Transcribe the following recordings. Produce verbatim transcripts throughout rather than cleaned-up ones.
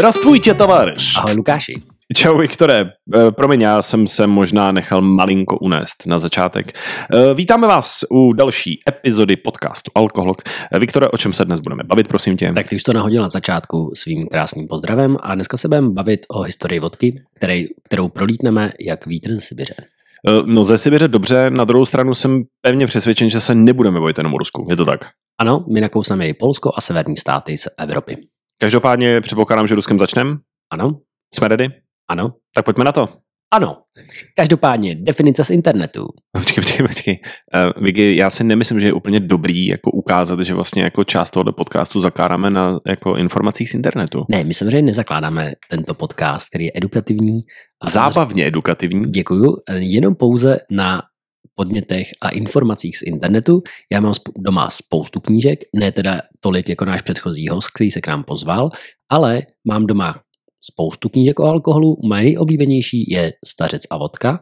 Zdravstvujte, tovaryš. Ahoj, Lukáši. Čau, Viktore. E, promiň, já jsem se možná nechal malinko unést na začátek. E, vítáme vás u další epizody podcastu Alkoholok. E, Viktore, o čem se dnes budeme bavit, prosím tě? Tak ty už to nahodil na začátku svým krásným pozdravem a dneska se budeme bavit o historii vodky, který, kterou prolítneme jak vítr ze Sibiře. E, no ze Sibiře dobře, na druhou stranu jsem pevně přesvědčen, že se nebudeme bavit jenom o Rusku. Je to tak? Ano, my nakousneme i Polsko a severní státy z Evropy. Každopádně předpokládám, že Ruskem začneme? Ano. Jsme ready? Ano. Tak pojďme na to. Ano. Každopádně definice z internetu. Počkej, počkej, počkej. Uh, Vicky, já si nemyslím, že je úplně dobrý jako ukázat, že vlastně jako část tohoto podcastu zakládáme na jako informacích z internetu. Ne, my samozřejmě nezakládáme tento podcast, který je edukativní. A zábavně edukativní. Děkuju. Jenom pouze na podnětech a informacích z internetu. Já mám doma spoustu knížek, ne teda tolik jako náš předchozí host, který se k nám pozval, ale mám doma spoustu knížek o alkoholu. Moje nejoblíbenější je Stařec a vodka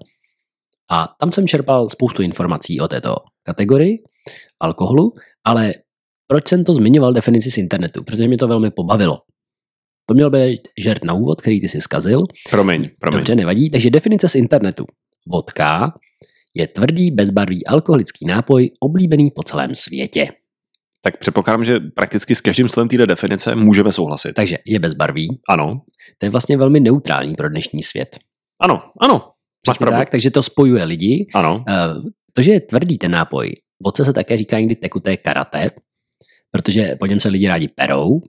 a tam jsem čerpal spoustu informací o této kategorii alkoholu, ale proč jsem to zmiňoval definici z internetu? Protože mě to velmi pobavilo. To měl být žert na úvod, který ty si zkazil. Promiň, promiň. Dobře, nevadí. Takže definice z internetu. Vodka je tvrdý, bezbarvý alkoholický nápoj oblíbený po celém světě. Tak předpokládám, že prakticky s každým slovem této definice můžeme souhlasit. Takže je bezbarvý. Ano. To je vlastně velmi neutrální pro dnešní svět. Ano, ano. Přesně tak, takže to spojuje lidi. Ano. To, že je tvrdý ten nápoj, vodce se také říká někdy tekuté karate, protože po něm se lidi rádi perou.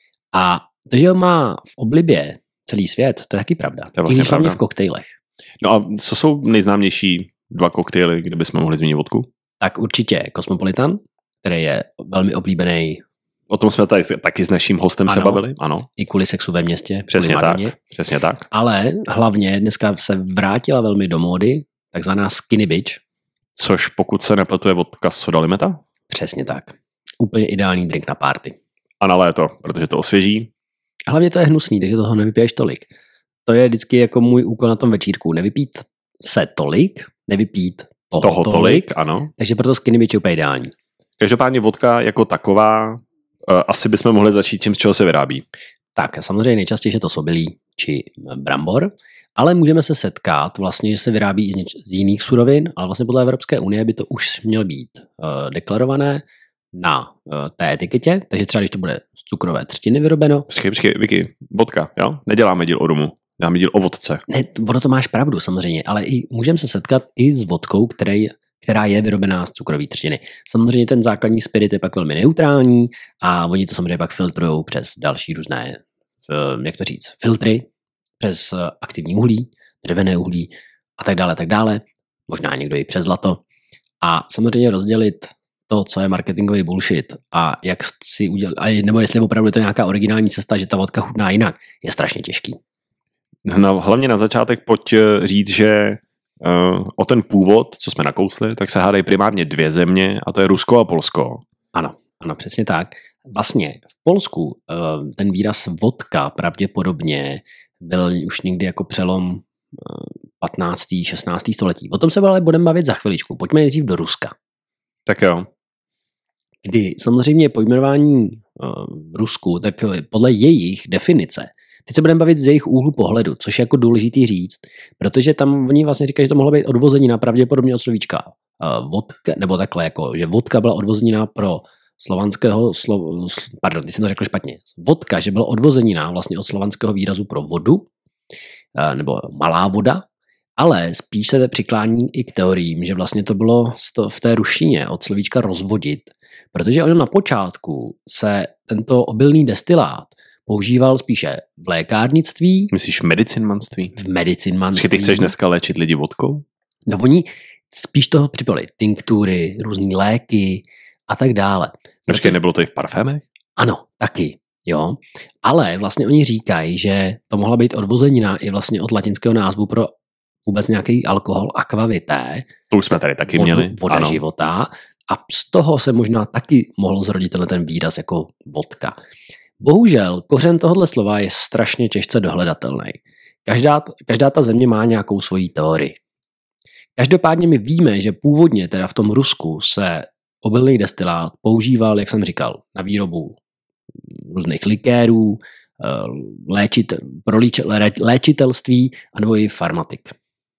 A to, že ho má v oblibě celý svět, to je taky pravda. To je vlastně I když hlavně pravda. v koktejlech. No a co jsou nejznámější dva koktejly, kde bychom mohli zmínit vodku? Tak určitě Cosmopolitan, který je velmi oblíbený. O tom jsme tady taky s naším hostem ano, se bavili, ano. I kvůli sexu ve městě. Přesně tak, přesně tak. Ale hlavně dneska se vrátila velmi do módy takzvaná skinny bitch. Což pokud se nepletu je vodka soda limeta? Přesně tak. Úplně ideální drink na party. A na léto, protože to osvěží. A hlavně to je hnusný, takže toho nevypiješ tolik. To je vždycky jako můj úkol na tom večírku. Nevypít se tolik, nevypít toho, toho tolik, tolik, ano. Takže proto skinny bitch je úplně ideální. Každopádně vodka jako taková, uh, asi bychom mohli začít tím, z čeho se vyrábí. Tak samozřejmě nejčastěji je to sobilí či brambor, ale můžeme se setkat vlastně, že se vyrábí i z, něč- z jiných surovin, ale vlastně podle Evropské unie by to už mělo být uh, deklarované na uh, té etiketě, takže třeba když to bude z cukrové třtiny vyrobeno. Počkej, počkej, Vicky, vodka, jo? Neděláme díl o rumu, děláme díl o vodce. Ne, ono to máš pravdu samozřejmě, ale i můžeme se setkat i s vodkou, který, která je vyrobená z cukrové třtiny. Samozřejmě ten základní spirit je pak velmi neutrální a oni to samozřejmě pak filtrují přes další různé, jak to říct, filtry, přes aktivní uhlí, dřevěné uhlí a tak dále, tak dále. Možná někdo i přes zlato. A samozřejmě rozdělit to, co je marketingový bullshit a jak si udělat, nebo jestli opravdu je to nějaká originální cesta, že ta vodka chutná jinak, je strašně těžký. No, hlavně na začátek pojď říct, že uh, o ten původ, co jsme nakousli, tak se hádají primárně dvě země a to je Rusko a Polsko. Ano, ano, přesně tak. Vlastně v Polsku uh, ten výraz vodka pravděpodobně byl už někdy jako přelom uh, patnáctého šestnáctého století. O tom se ale budeme bavit za chviličku. Pojďme nejdřív do Ruska. Tak jo. Kdy samozřejmě pojmenování uh, v Rusku, tak podle jejich definice, teď se budeme bavit z jejich úhlu pohledu, což je jako důležitý říct, protože tam oni vlastně říkají, že to mohlo být odvozenina pravděpodobně od slovíčka uh, vodka, nebo takhle, jako, že vodka byla odvozenina pro slovanského, slo, pardon, ty jsem to řekl špatně, vodka, že bylo odvozenina vlastně od slovanského výrazu pro vodu, uh, nebo malá voda, ale spíš se přiklání i k teoriím, že vlastně to bylo v té ruštině od slovíčka rozvodit, protože ono na počátku se tento obilný destilát používal spíše v lékárnictví. Myslíš medicinmanství? V medicinmanství. Ty chceš dneska léčit lidi vodkou? No oni spíš toho připali tinktury, různý léky a tak dále. Počkej, nebylo to i v parfémech? Ano, taky, jo. Ale vlastně oni říkají, že to mohla být odvozenina i vlastně od latinského názvu pro vůbec nějaký alkohol aquavité. To už jsme tady taky vodu, měli. Voda ano. Života. A z toho se možná taky mohl zrodit ten výraz jako vodka. Bohužel, kořen tohohle slova je strašně těžce dohledatelný. Každá, každá ta země má nějakou svoji teorii. Každopádně my víme, že původně teda v tom Rusku se obilný destilát používal, jak jsem říkal, na výrobu různých likérů, léčit, pro líč, lé, léčitelství anebo i farmatik.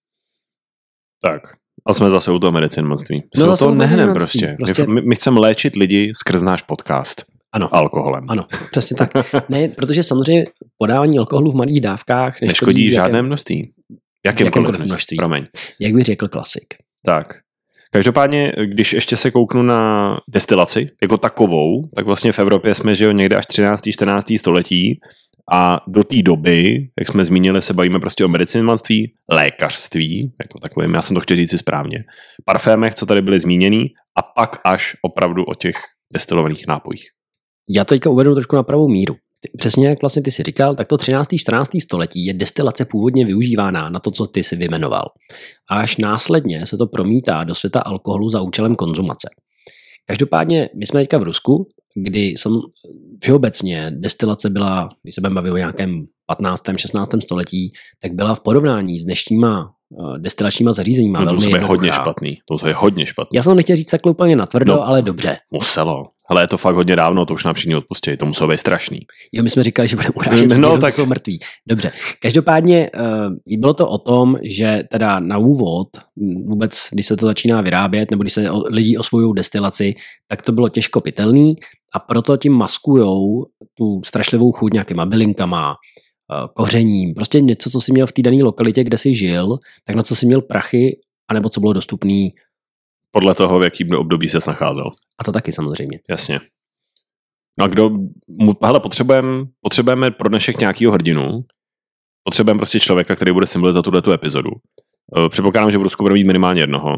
Tak. A jsme zase u toho medicinmanství. My no, se o toho nehneme prostě. prostě. My, my chceme léčit lidi skrz náš podcast. Ano. Alkoholem. Ano, přesně tak. Ne, protože samozřejmě podávání alkoholu v malých dávkách neškodí, neškodí žádné jaké, množství. Jakémkoliv množství. množství. Promiň. Jak bych řekl klasik. Tak. Každopádně, když ještě se kouknu na destilaci jako takovou, tak vlastně v Evropě jsme žili někde až třinácté čtrnácté století a do té doby, jak jsme zmínili, se bavíme prostě o medicinmanství, lékařství, jako takovým, já jsem to chtěl říct si správně, parfémech, co tady byly zmíněný, a pak až opravdu o těch destilovaných nápojích. Já to teďka uvedu trošku na pravou míru. Přesně jak vlastně ty si říkal, tak to třinácté čtrnácté století je destilace původně využívána na to, co ty si vymenoval. A až následně se to promítá do světa alkoholu za účelem konzumace. Každopádně my jsme teďka v Rusku, kdy jsem všeobecně destilace byla, když se budeme bavit o nějakém patnáctém šestnáctém století, tak byla v porovnání s dnešníma destilačníma zařízeníma no, velmi jednoduchá. To je hodně špatný. To je hodně špatný. Já jsem nechtěl říct takhle úplně natvrdo, no, ale dobře. Muselo. Ale je to fakt hodně dávno, to už nám všichni odpustili, to muselo být strašný. Jo, my jsme říkali, že budeme urážet, no, tak... jsou mrtví. Dobře. Každopádně uh, bylo to o tom, že teda na úvod, vůbec když se to začíná vyrábět, nebo když se lidi osvojují destilaci, tak to bylo těžko pitelný a proto tím maskujou tu strašlivou chuť nějakýma bylinkama, kořením, prostě něco, co si měl v té dané lokalitě, kde jsi žil, tak na co si měl prachy, anebo co bylo dostupný. Podle toho, v jakým období ses nacházel. A to taky samozřejmě. Jasně. No a kdo, hele, potřebujeme potřebujeme pro dnešek nějakýho hrdinu, potřebujeme prostě člověka, který bude symbolizovat tuhletu epizodu. Předpokládám, že v Rusku bude mít minimálně jednoho.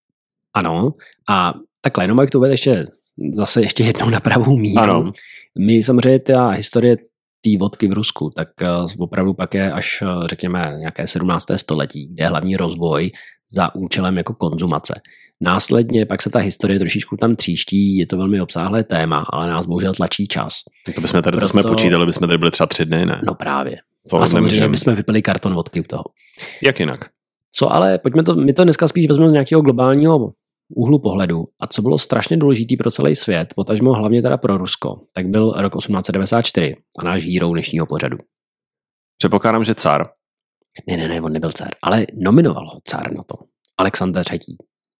Ano, a takhle, jenom jak to uvede ještě zase ještě jednou na pravou míru. Ano. My samozřejmě ta historie té vodky v Rusku, tak opravdu pak je až, řekněme, nějaké sedmnácté století, kde je hlavní rozvoj za účelem jako konzumace. Následně pak se ta historie trošičku tam tříští, je to velmi obsáhlé téma, ale nás bohužel tlačí čas. To bychom tady, Proto... jsme počítali, bychom tady byli třeba tři dny, ne? No právě. To a samozřejmě bychom vypili karton vodky u toho. Jak jinak? Co ale, pojďme to, my to dneska spíš vezmeme z nějakého globálního úhlu pohledu. A co bylo strašně důležitý pro celý svět, potažmo hlavně teda pro Rusko, tak byl rok osmnáct set devadesát čtyři a náš hero dnešního pořadu. Předpokládám, že car. Ne, ne, ne, on nebyl car, ale nominoval ho car na to. Alexandr třetí.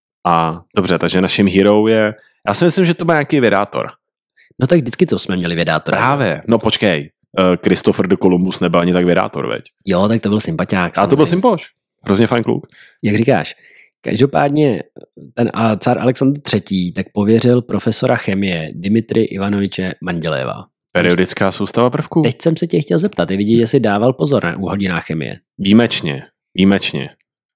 A dobře, takže naším hero je, já si myslím, že to byl nějaký vědátor. No tak vždycky to jsme měli vědátora. Právě, no počkej, Christopher de Columbus nebyl ani tak vědátor, veď? Jo, tak to byl sympatiák. A to byl sympoš, hrozně fajn kluk. Jak říkáš, každopádně ten car Alexandr třetí tak pověřil profesora chemie Dmitry Ivanoviče Mendelejeva. Periodická soustava prvků. Teď jsem se tě chtěl zeptat, ty vidíš, že jsi dával pozor na hodinách chemie. Výjimečně, výjimečně.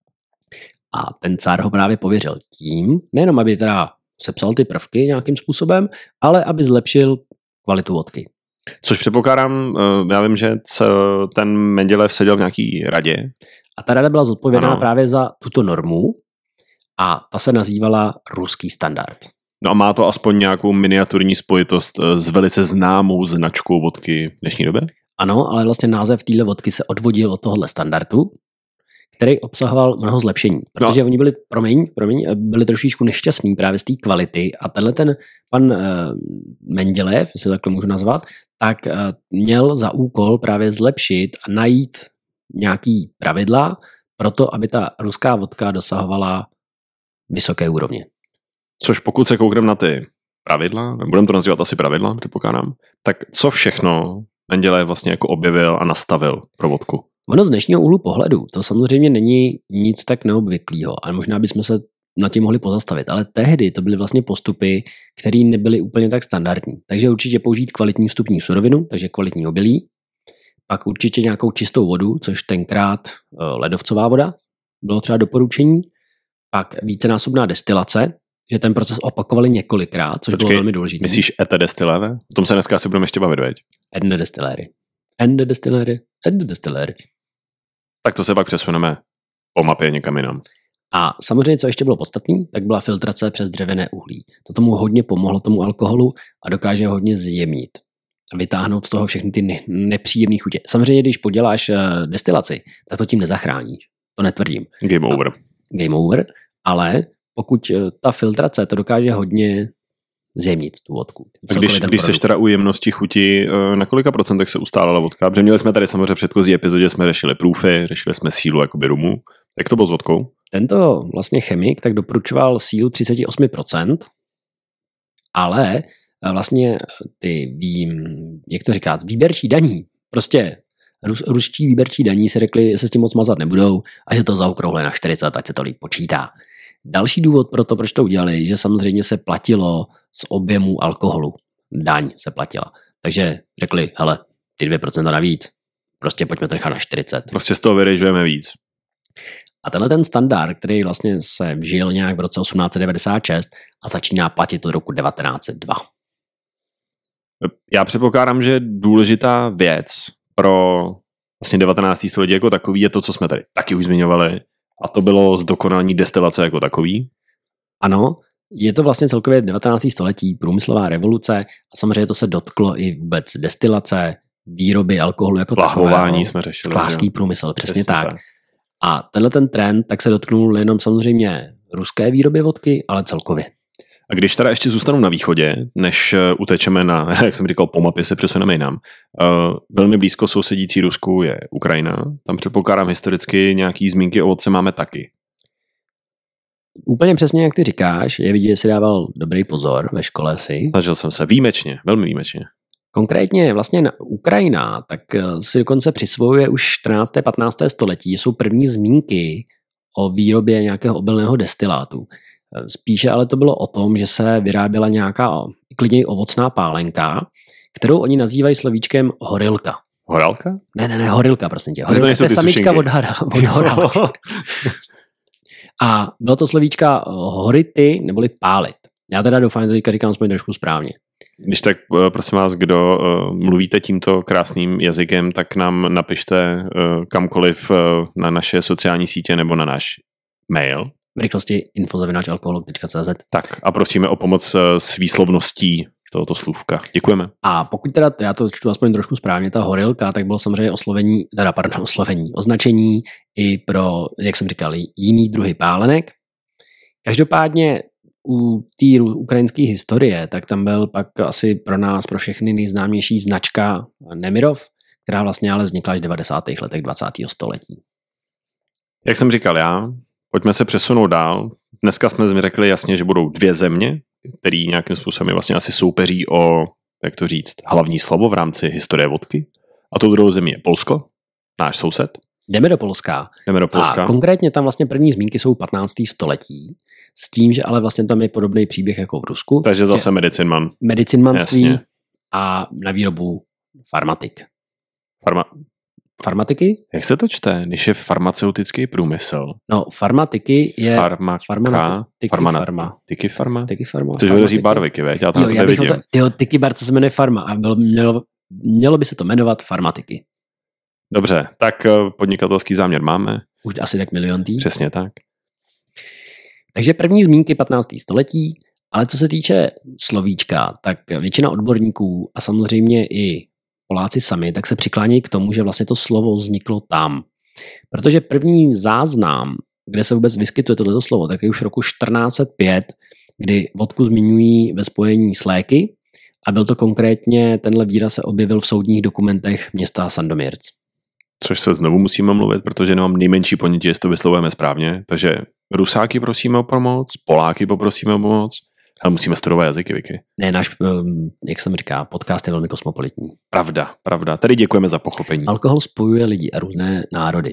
A ten cár ho právě pověřil tím, nejenom aby teda sepsal ty prvky nějakým způsobem, ale aby zlepšil kvalitu vodky. Což předpokládám, já vím, že ten Mendelejev seděl v nějaký radě. A ta rada byla zodpovědná ano. právě za tuto normu a ta se nazývala ruský standard. No a má to aspoň nějakou miniaturní spojitost s velice známou značkou vodky v dnešní době? Ano, ale vlastně název téhle vodky se odvodil od tohohle standardu, který obsahoval mnoho zlepšení, protože no. oni byli, promiň, promiň, byli trošičku nešťastní právě z té kvality a tenhle ten pan uh, Mendelejev, jestli to takhle můžu nazvat, tak uh, měl za úkol právě zlepšit a najít nějaký pravidla pro to, aby ta ruská vodka dosahovala vysoké úrovně. Což pokud se koukneme na ty pravidla, budeme to nazývat asi pravidla, předpokládám, tak co všechno Mendelejev vlastně jako objevil a nastavil pro vodku? Ono z dnešního úhlu pohledu to samozřejmě není nic tak neobvyklého, ale možná bychom se nad tím mohli pozastavit, ale tehdy to byly vlastně postupy, které nebyly úplně tak standardní. Takže určitě použít kvalitní vstupní surovinu, takže kvalitní obilí, pak určitě nějakou čistou vodu, což tenkrát ledovcová voda bylo třeba doporučení, pak vícenásobná destilace, že ten proces opakovali několikrát, což Počkej, bylo velmi důležité. Myslíš ete destiléve? O tom se dneska asi budeme ještě bavit, veď? Ende destiléry. Ende destiléry. Ende destiléry. Tak to se pak přesuneme po mapě někam jinam. A samozřejmě, co ještě bylo podstatné, tak byla filtrace přes dřevěné uhlí. To tomu hodně pomohlo tomu alkoholu a dokáže hodně zjemnit a vytáhnout z toho všechny ty ne- nepříjemné chutě. Samozřejmě, když poděláš uh, destilaci, tak to tím nezachráníš. To netvrdím. Game over. A, game over, ale pokud uh, ta filtrace to dokáže hodně zjemnit tu vodku. A když, když seš teda u jemnosti chuti, na kolika procentech se ustálala vodka? Protože měli jsme tady samozřejmě v předchozí epizodě, jsme řešili průfy, řešili jsme sílu jakoby rumu. Jak to bylo s vodkou? Tento vlastně chemik tak doporučoval sílu třicet osm procent, ale vlastně ty, vím, jak to říká, výběrčí daní, prostě rus, ruští výběrčí daní si řekli, že se s tím moc mazat nebudou a že to zaokrouhle na čtyřicet, ať se to líp počítá. Další důvod pro to, proč to udělali, že samozřejmě se platilo z objemu alkoholu. Daň se platila. Takže řekli, hele, ty dvě procenta navíc, prostě pojďme to nechat na čtyřicet. Prostě z toho vyrežujeme víc. A tenhle ten standard, který vlastně se vžil nějak v roce osmnáct set devadesát šest a začíná platit od roku devatenáct set dva. Já předpokládám, že důležitá věc pro vlastně devatenácté století jako takový je to, co jsme tady taky už zmiňovali, a to bylo zdokonalení destilace jako takový. Ano, je to vlastně celkově devatenácté století, průmyslová revoluce a samozřejmě to se dotklo i vůbec destilace, výroby alkoholu jako takového. Jsme řešili. Sklářský průmysl, přesně, přesně tak. tak. A tenhle ten trend tak se dotknul jenom samozřejmě ruské výroby vodky, ale celkově. A když teda ještě zůstanu na východě, než utečeme na, jak jsem říkal, po mapě se přesuneme jinam, uh, velmi blízko sousedící Rusku je Ukrajina. Tam předpokládám historicky nějaký zmínky o vodce máme taky. Úplně přesně, jak ty říkáš, je vidět, že si dával dobrý pozor ve škole si. Snažil jsem se, výjimečně, velmi výjimečně. Konkrétně vlastně na Ukrajina, tak si dokonce přisvojuje už čtrnácté patnácté století, jsou první zmínky o výrobě nějakého obilného destilátu. Spíše ale to bylo o tom, že se vyráběla nějaká klidně ovocná pálenka, kterou oni nazývají slovíčkem horilka. Horálka? Ne, ne, ne, horilka, prosím tě. Horilka, to je samička od, od horálky. A bylo to slovíčka hority neboli pálit. Já teda doufám, že teďka říkám aspoň trošku správně. Když tak, prosím vás, kdo mluvíte tímto krásným jazykem, tak nám napište kamkoliv na naše sociální sítě nebo na náš mail. V rychlosti info zavináč alkoholog tečka cé zet. Tak a prosíme o pomoc s výslovností tohoto slůvka. Děkujeme. A pokud teda, já to čtu aspoň trošku správně, ta horilka, tak bylo samozřejmě oslovení, teda pardon, oslovení, označení i pro, jak jsem říkal, jiný druhy pálenek. Každopádně u té ukrajinské historie, tak tam byl pak asi pro nás, pro všechny nejznámější značka Nemirov, která vlastně ale vznikla až v devadesátých letech dvacátého století. Jak jsem říkal já, pojďme se přesunout dál. Dneska jsme mi řekli jasně, že budou dvě země, které nějakým způsobem vlastně asi soupeří o, jak to říct, hlavní slovo v rámci historie vodky. A tou druhou zemí je Polsko, náš soused. Jdeme do Polska. Jdeme do Polska. A konkrétně tam vlastně první zmínky jsou patnácté století. S tím, že ale vlastně tam je podobný příběh jako v Rusku. Takže zase medicinman. Medicinmanství Jasně. A na výrobu farmatik. Farma... Farmatiky? Jak se to čte, když je farmaceutický průmysl? No, farmatiky je... Farmaka, farma. Tyky farma. farma. Tyky farma? Tyky farma. Chceš říct barviky, veď? Já to jo, já bych to, tyho, tyky barce se jmenuje farma a bylo, mělo, mělo by se to jmenovat farmatiky. Dobře, tak podnikatelský záměr máme. Už asi tak milion tý. Přesně tak. Takže první zmínky patnácté století, ale co se týče slovíčka, tak většina odborníků a samozřejmě i Poláci sami, tak se přiklánějí k tomu, že vlastně to slovo vzniklo tam. Protože první záznam, kde se vůbec vyskytuje toto slovo, tak je už roku čtrnáct set pět, kdy vodku zmiňují ve spojení s léky a byl to konkrétně, tenhle výraz se objevil v soudních dokumentech města Sandomierz. Což se znovu musíme mluvit, protože nemám nejmenší ponětí, jestli to vyslovujeme správně. Takže Rusáky prosíme o pomoc, Poláky poprosíme o pomoc, ale musíme studovat jazyky, Vicky. Ne, náš, jak jsem říká, podcast je velmi kosmopolitní. Pravda, pravda. Tady děkujeme za pochopení. Alkohol spojuje lidi a různé národy.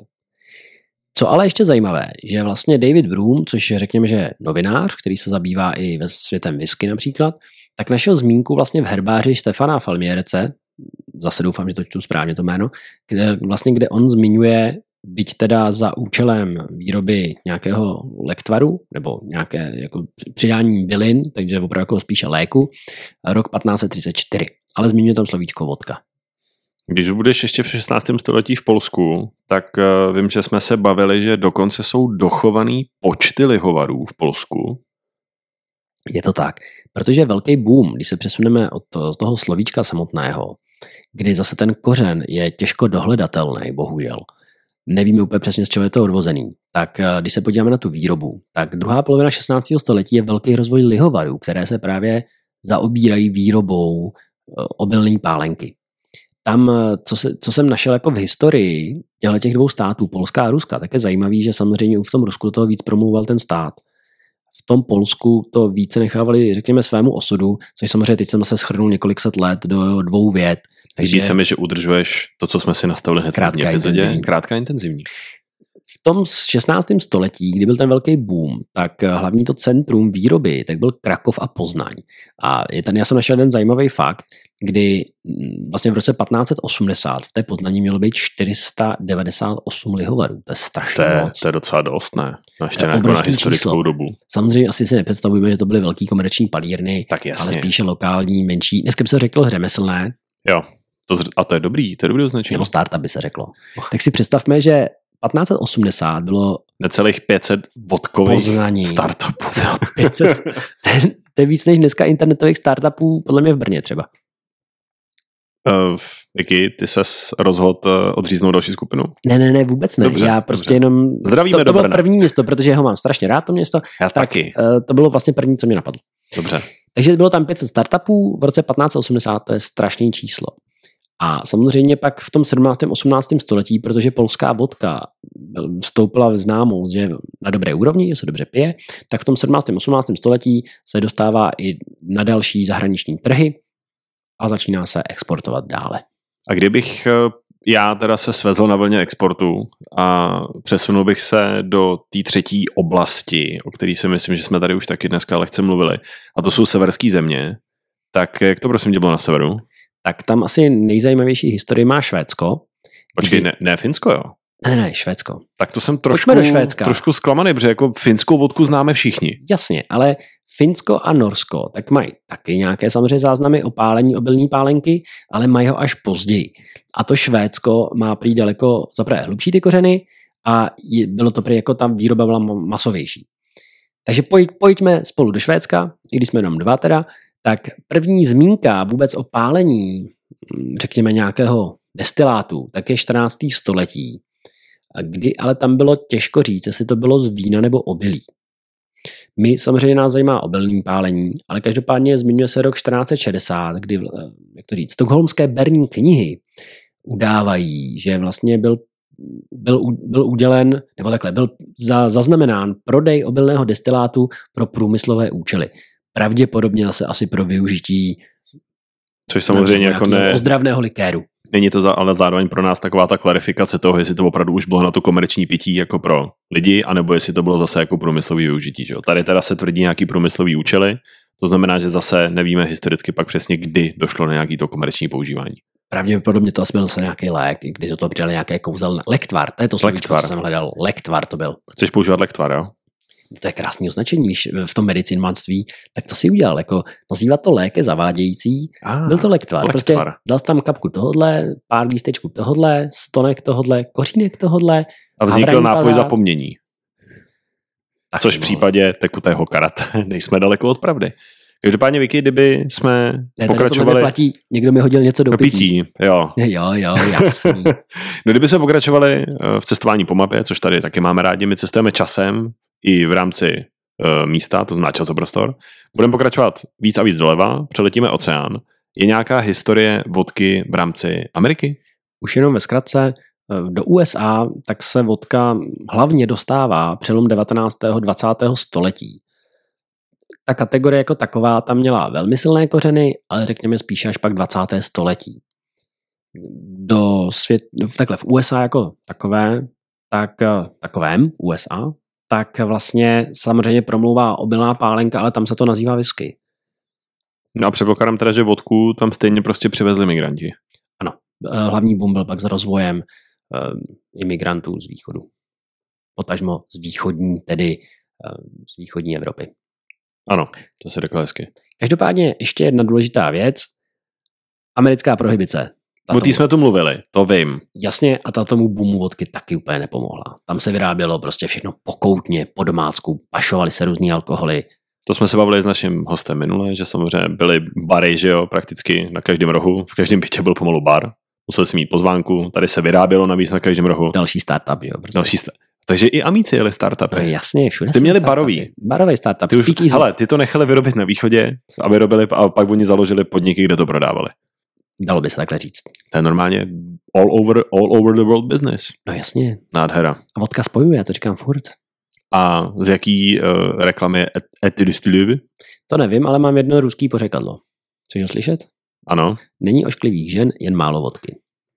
Co ale ještě zajímavé, že vlastně David Broom, což řekněme, že je novinář, který se zabývá i ve světem whisky například, tak našel zmínku vlastně v herbáři Štefana Falmierce, zase doufám, že to čtu správně to jméno, kde, vlastně kde on zmiňuje, byť teda za účelem výroby nějakého lektvaru, nebo nějaké jako přidání bylin, takže opravdu jako spíše léku, rok patnáct set třicet čtyři. Ale zmiňuje tam slovíčko vodka. Když budeš ještě v šestnáctém století v Polsku, tak uh, vím, že jsme se bavili, že dokonce jsou dochovaný počty lihovarů v Polsku. Je to tak, protože velký boom, když se přesuneme od toho slovíčka samotného, kdy zase ten kořen je těžko dohledatelný, bohužel, nevíme úplně přesně, z čeho je to odvozený. Tak když se podíváme na tu výrobu, tak druhá polovina šestnáctého století je velký rozvoj lihovarů, které se právě zaobírají výrobou obilné pálenky. Tam, co, se, co jsem našel jako v historii těch dvou států, Polska a Ruska, tak je zajímavý, že samozřejmě v tom Rusku do toho víc promluval ten stát. V tom Polsku to více nechávali, řekněme, svému osudu, což samozřejmě teď jsem se shrnul několik set let do dvou vět. Takže se mi, že udržuješ to, co jsme si nastavili hned krátká, epizodě, krátká intenzivní. V tom šestnáctém století, kdy byl ten velký boom, tak hlavní to centrum výroby, tak byl Krakov a Poznaň. A je ten, já jsem našel jeden zajímavý fakt, kdy vlastně v roce patnáct set osmdesát v té Poznaní mělo být čtyři sta devadesát osm lihovarů. To je strašně to je, moc. To je docela dost, ne? Ještě na, na historickou číslo. Dobu. Samozřejmě asi si nepředstavujeme, že to byly velký komerční palírny, ale spíše lokální, menší. Dneska by se řeklo řemeslné. Jo, to, a to je dobrý, to je dobrý označení. Nebo startup by se řeklo. Tak si představme, že patnáct set osmdesát bylo necelých pět set vodkových startupů. pět set, to je víc než dneska internetových startupů, podle mě v Brně třeba. Uh, Vicky, ty ses rozhodl uh, odříznout další skupinu? Ne, ne, ne, vůbec ne. Dobře, Já prostě dobře. jenom... Zdravíme to, do to bylo Brna. První město, protože ho mám strašně rád, to město. Já tak, taky. Uh, to bylo vlastně první, co mě napadlo. Dobře. Takže bylo tam pět set startupů, v roce patnáct set osmdesát to je strašný číslo. A samozřejmě pak v tom sedmnáctém osmnáctém století, protože polská vodka vstoupila v známost, že na dobré úrovni, že se dobře pije, tak v tom sedmnáctém osmnáctém století se dostává i na další zahraniční trhy a začíná se exportovat dále. A kdybych já teda se svezl na vlně exportu a přesunul bych se do té třetí oblasti, o které si myslím, že jsme tady už taky dneska lehce mluvili, a to jsou severské země, tak jak to prosím tě bylo na severu? Tak tam asi nejzajímavější historii má Švédsko. Počkej, kdy... ne, ne Finsko, jo? Ne, ne, Švédsko. Tak to jsem trošku, trošku zklamaný, protože jako finskou vodku známe všichni. Jasně, ale Finsko a Norsko tak mají taky nějaké samozřejmě záznamy o pálení obilní pálenky, ale mají ho až později. A to Švédsko má prý daleko zaprvé hlubší ty kořeny a je, bylo to prý jako tam výroba byla masovější. Takže pojď, pojďme spolu do Švédska, i když jsme jenom dva teda, tak první zmínka vůbec o pálení, řekněme nějakého destilátu, tak je čtrnácté století, kdy ale tam bylo těžko říct, jestli to bylo z vína nebo obilí. My samozřejmě nás zajímá obilní pálení, ale každopádně zmiňuje se rok čtrnáct set šedesát, kdy, jak to říct, stockholmské berní knihy udávají, že vlastně byl, byl, byl udělen, nebo takhle, byl za, zaznamenán prodej obilného destilátu pro průmyslové účely. Pravděpodobně zase asi pro využití což samozřejmě jako ne... ozdravného likéru. Není to za, ale zároveň pro nás taková ta klarifikace toho, jestli to opravdu už bylo na to komerční pití jako pro lidi, anebo jestli to bylo zase jako průmyslový využití. Že? Tady teda se tvrdí nějaký průmyslový účely, to znamená, že zase nevíme historicky pak přesně, kdy došlo na nějaký to komerční používání. Pravděpodobně to asi byl zase nějaký lék, když do toho přidali nějaké kouzelné. Lektvar, to je to slovíčko, co jsem hledal. Lektvar to byl. Chceš používat lektvar, jo? To je krásný označení, když v tom medicinmanství, tak to si udělal, jako nazývat to lék je zavádějící, ah, byl to lektvar. Prostě dal jsi tam kapku tohodle, pár lístečků tohodle, stonek tohodle, kořínek tohodle. A vznikl nápoj zapomnění. Tak což v případě tekutého karate nejsme daleko od pravdy. Každopádně, Vicky, kdyby jsme ne, pokračovali... Platí, někdo mi hodil něco do, do pití. pití. Jo. jo, jo, jasný. No, kdyby jsme pokračovali v cestování po mapě, což tady taky máme rádi, my cestujeme časem, i v rámci uh, místa, to znamená časoprostor. Budeme pokračovat víc a víc doleva, přeletíme oceán. Je nějaká historie vodky v rámci Ameriky? Už jenom ve zkratce, do U S A tak se vodka hlavně dostává přelom devatenáctého dvacátého století. Ta kategorie jako taková tam měla velmi silné kořeny, ale řekněme spíše až pak dvacátého století. Do svět, takhle v U S A jako takové, tak takovém U S A, tak vlastně samozřejmě promlouvá obilná pálenka, ale tam se to nazývá whisky. No a předpokládám teda, že vodku tam stejně prostě přivezli migranti. Ano, hlavní boom byl pak s rozvojem um, imigrantů z východu. Potažmo z východní, tedy um, z východní Evropy. Ano, to se řekl hezky. Každopádně ještě jedna důležitá věc. Americká prohibice. O té jsme tu mluvili, to vím. Jasně, a ta tomu boomu vodky taky úplně nepomohla. Tam se vyrábělo prostě všechno pokoutně, po domácku, pašovaly se různý alkoholy. To jsme se bavili s naším hostem minule, že samozřejmě byly bary, že jo, prakticky na každém rohu, v každém bytě byl pomalu bar. musel si mít pozvánku, tady se vyrábělo navíc na každém rohu. Další startup, jo. Prostě. Další sta- Takže i Amici jeli startupy. No jasně, všude Ty měli startupy. barový. Barový startup. Ty už, hele, ty to nechali vyrobit na východě a vyrobili a pak oni založili podniky, kde to prodávali. Dalo by se takhle říct. To je normálně all over, all over the world business. No jasně. Nádhera. A vodka spojuje, já to říkám furt. A z jaký uh, reklamy je Etylistilivy? To nevím, ale mám jedno ruský pořekadlo. Chceš ho slyšet? Ano. Není ošklivých žen, jen málo vodky.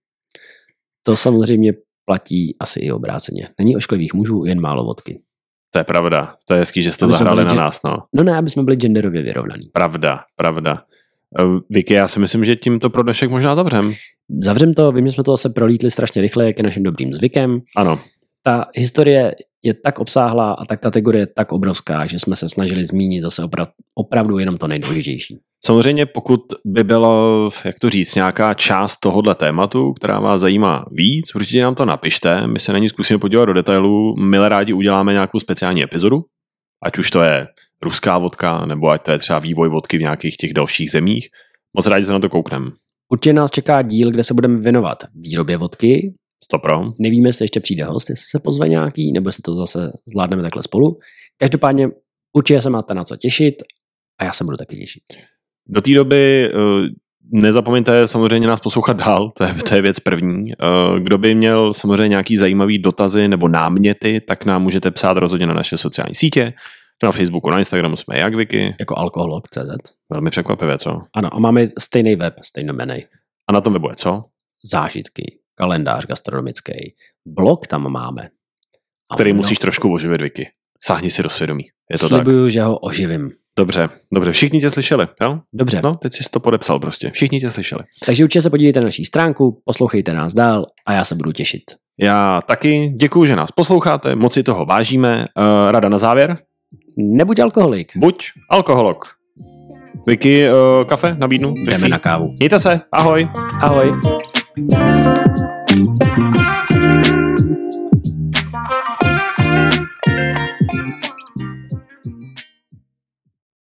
To samozřejmě platí asi i obráceně. Není ošklivých mužů, jen málo vodky. To je pravda. To je hezký, že jste to Aby jsme zahráli byli na gen- nás. No. No ne, aby jsme byli genderově vyrovnaní. Pravda, pravda. Uh, Vicky, já si myslím, že tímto pro dnešek možná zavřem. Zavřem to, vím, že jsme to zase prolítli strašně rychle, jak je naším dobrým zvykem. Ano. Ta historie je tak obsáhlá a ta kategorie je tak obrovská, že jsme se snažili zmínit zase opra- opravdu jenom to nejdůležitější. Samozřejmě, pokud by bylo, jak to říct, nějaká část tohohle tématu, která vás zajímá víc, určitě nám to napište, my se na ní zkusíme podívat do detailů, milé rádi uděláme nějakou speciální epizodu, ať už to je ruská vodka, nebo ať to je třeba vývoj vodky v nějakých těch dalších zemích. Moc rádi se na to koukneme. Určitě nás čeká díl, kde se budeme věnovat výrobě vodky. Stopro. Nevíme, jestli ještě přijde host, jestli se pozve nějaký, nebo jestli to zase zvládneme takhle spolu. Každopádně určitě se máte na co těšit a já se budu taky těšit. Do té doby nezapomeňte samozřejmě nás poslouchat dál, to je, to je věc první. Kdo by měl samozřejmě nějaký zajímavý dotazy nebo náměty, tak nám můžete psát rozhodně na naše sociální sítě. Na Facebooku, na Instagramu jsme jak Wiki. Jako alkoholog tečka cé zet. Velmi překvapivé, co? Ano, a máme stejný web, stejnomennej. A na tom webu je co? Zážitky, kalendář gastronomický, blog tam máme. A Který no, musíš trošku oživit, Wiki. Sáhni si do svědomí. Je to slibuju, tak? že ho oživím. Dobře, dobře. Všichni tě slyšeli, jo? Dobře. No, teď jsi to podepsal prostě. Všichni tě slyšeli. Takže určitě se podívejte na naší stránku, poslouchejte nás dál a já se budu těšit. Já taky děkuju, že nás posloucháte, moc si toho vážíme. Uh, rada na závěr? Nebuď alkoholik. Buď alkoholok. Vicky, uh, kafe nabídnu? Jdeme na kávu. Mějte se, ahoj. Ahoj.